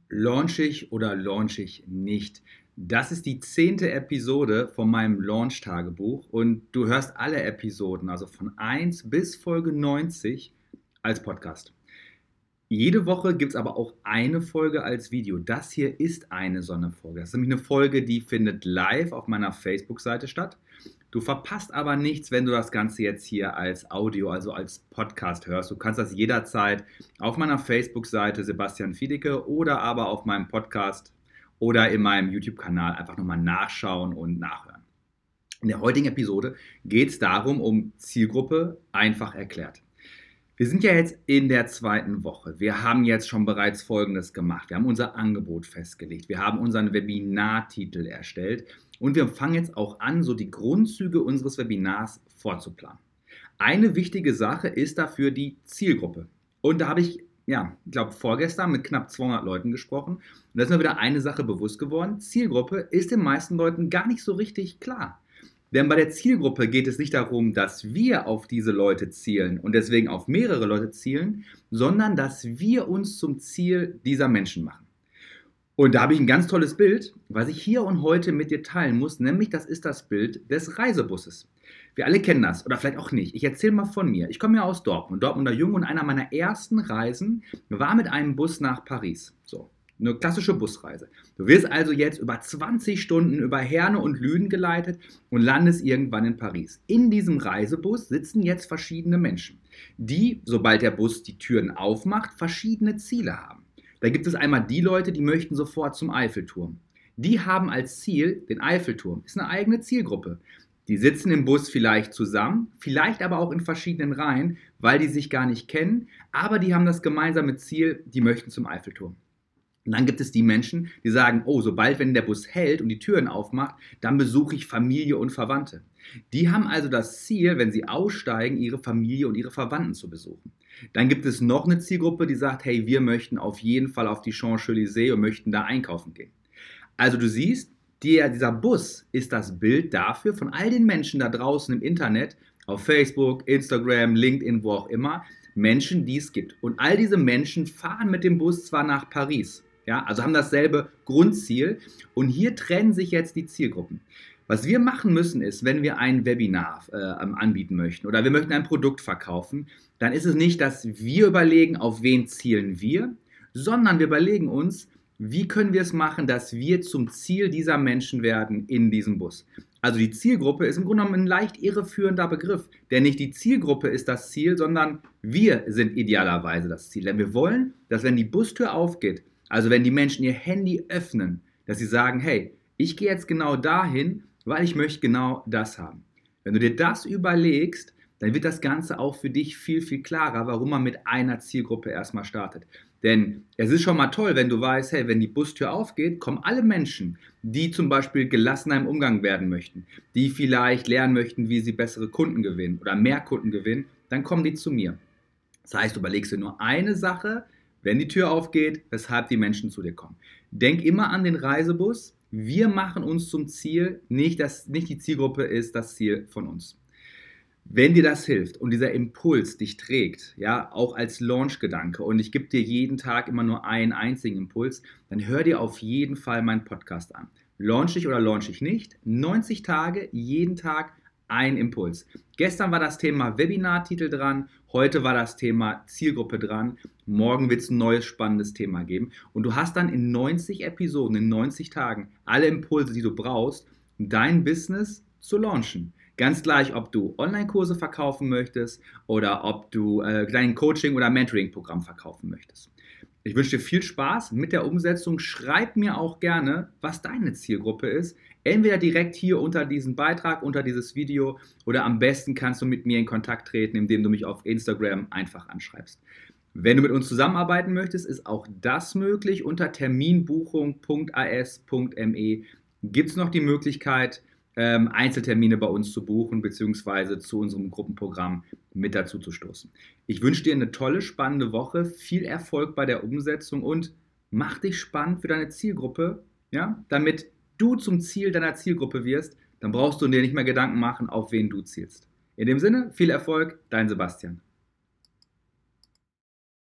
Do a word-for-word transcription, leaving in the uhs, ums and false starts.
Launch ich oder launch ich nicht? Das ist die zehnte Episode von meinem Launch-Tagebuch und du hörst alle Episoden, also von eins bis Folge neunzig als Podcast. Jede Woche gibt es aber auch eine Folge als Video. Das hier ist eine Sonderfolge. Das ist nämlich eine Folge, die findet live auf meiner Facebook-Seite statt. Du verpasst aber nichts, wenn du das Ganze jetzt hier als Audio, also als Podcast hörst. Du kannst das jederzeit auf meiner Facebook-Seite Sebastian Fiedicke oder aber auf meinem Podcast oder in meinem YouTube-Kanal einfach nochmal nachschauen und nachhören. In der heutigen Episode geht es darum, um Zielgruppe einfach erklärt. Wir sind ja jetzt in der zweiten Woche. Wir haben jetzt schon bereits Folgendes gemacht. Wir haben unser Angebot festgelegt. Wir haben unseren Webinartitel erstellt. Und wir fangen jetzt auch an, so die Grundzüge unseres Webinars vorzuplanen. Eine wichtige Sache ist dafür die Zielgruppe. Und da habe ich, ja, ich glaube, vorgestern mit knapp zweihundert Leuten gesprochen. Und da ist mir wieder eine Sache bewusst geworden. Zielgruppe ist den meisten Leuten gar nicht so richtig klar. Denn bei der Zielgruppe geht es nicht darum, dass wir auf diese Leute zielen und deswegen auf mehrere Leute zielen, sondern dass wir uns zum Ziel dieser Menschen machen. Und da habe ich ein ganz tolles Bild, was ich hier und heute mit dir teilen muss, nämlich das ist das Bild des Reisebusses. Wir alle kennen das oder vielleicht auch nicht. Ich erzähle mal von mir. Ich komme ja aus Dortmund, Dortmunder Junge, und einer meiner ersten Reisen war mit einem Bus nach Paris. So. Eine klassische Busreise. Du wirst also jetzt über zwanzig Stunden über Herne und Lünen geleitet und landest irgendwann in Paris. In diesem Reisebus sitzen jetzt verschiedene Menschen, die, sobald der Bus die Türen aufmacht, verschiedene Ziele haben. Da gibt es einmal die Leute, die möchten sofort zum Eiffelturm. Die haben als Ziel den Eiffelturm. Ist eine eigene Zielgruppe. Die sitzen im Bus vielleicht zusammen, vielleicht aber auch in verschiedenen Reihen, weil die sich gar nicht kennen, aber die haben das gemeinsame Ziel, die möchten zum Eiffelturm. Und dann gibt es die Menschen, die sagen, oh, sobald, wenn der Bus hält und die Türen aufmacht, dann besuche ich Familie und Verwandte. Die haben also das Ziel, wenn sie aussteigen, ihre Familie und ihre Verwandten zu besuchen. Dann gibt es noch eine Zielgruppe, die sagt, hey, wir möchten auf jeden Fall auf die Champs-Élysées und möchten da einkaufen gehen. Also du siehst, der, dieser Bus ist das Bild dafür von all den Menschen da draußen im Internet, auf Facebook, Instagram, LinkedIn, wo auch immer, Menschen, die es gibt. Und all diese Menschen fahren mit dem Bus zwar nach Paris, ja, also haben dasselbe Grundziel, und hier trennen sich jetzt die Zielgruppen. Was wir machen müssen ist, wenn wir ein Webinar äh, anbieten möchten oder wir möchten ein Produkt verkaufen, dann ist es nicht, dass wir überlegen, auf wen zielen wir, sondern wir überlegen uns, wie können wir es machen, dass wir zum Ziel dieser Menschen werden in diesem Bus. Also die Zielgruppe ist im Grunde genommen ein leicht irreführender Begriff, denn nicht die Zielgruppe ist das Ziel, sondern wir sind idealerweise das Ziel. Denn wir wollen, dass wenn die Bustür aufgeht, also wenn die Menschen ihr Handy öffnen, dass sie sagen, hey, ich gehe jetzt genau dahin, weil ich möchte genau das haben. Wenn du dir das überlegst, dann wird das Ganze auch für dich viel, viel klarer, warum man mit einer Zielgruppe erstmal startet. Denn es ist schon mal toll, wenn du weißt, hey, wenn die Bustür aufgeht, kommen alle Menschen, die zum Beispiel gelassener im Umgang werden möchten, die vielleicht lernen möchten, wie sie bessere Kunden gewinnen oder mehr Kunden gewinnen, dann kommen die zu mir. Das heißt, du überlegst dir nur eine Sache, wenn die Tür aufgeht, weshalb die Menschen zu dir kommen. Denk immer an den Reisebus. Wir machen uns zum Ziel, nicht, dass, nicht die Zielgruppe ist das Ziel von uns. Wenn dir das hilft und dieser Impuls dich trägt, ja, auch als Launch-Gedanke, und ich gebe dir jeden Tag immer nur einen einzigen Impuls, dann hör dir auf jeden Fall meinen Podcast an. Launch ich oder launch ich nicht? neunzig Tage, jeden Tag ein Impuls. Gestern war das Thema Webinartitel dran, heute war das Thema Zielgruppe dran, morgen wird es ein neues spannendes Thema geben und du hast dann in neunzig Episoden, in neunzig Tagen alle Impulse, die du brauchst, um dein Business zu launchen. Ganz gleich, ob du Online-Kurse verkaufen möchtest oder ob du äh, dein Coaching- oder Mentoring-Programm verkaufen möchtest. Ich wünsche dir viel Spaß mit der Umsetzung. Schreib mir auch gerne, was deine Zielgruppe ist. Entweder direkt hier unter diesem Beitrag, unter dieses Video, oder am besten kannst du mit mir in Kontakt treten, indem du mich auf Instagram einfach anschreibst. Wenn du mit uns zusammenarbeiten möchtest, ist auch das möglich. Unter terminbuchung punkt a s punkt m e gibt es noch die Möglichkeit, ähm, Einzeltermine bei uns zu buchen bzw. zu unserem Gruppenprogramm mit dazu zu stoßen. Ich wünsche dir eine tolle, spannende Woche, viel Erfolg bei der Umsetzung und mach dich spannend für deine Zielgruppe, ja, damit du zum Ziel deiner Zielgruppe wirst. Dann brauchst du dir nicht mehr Gedanken machen, auf wen du zielst. In dem Sinne, viel Erfolg, dein Sebastian.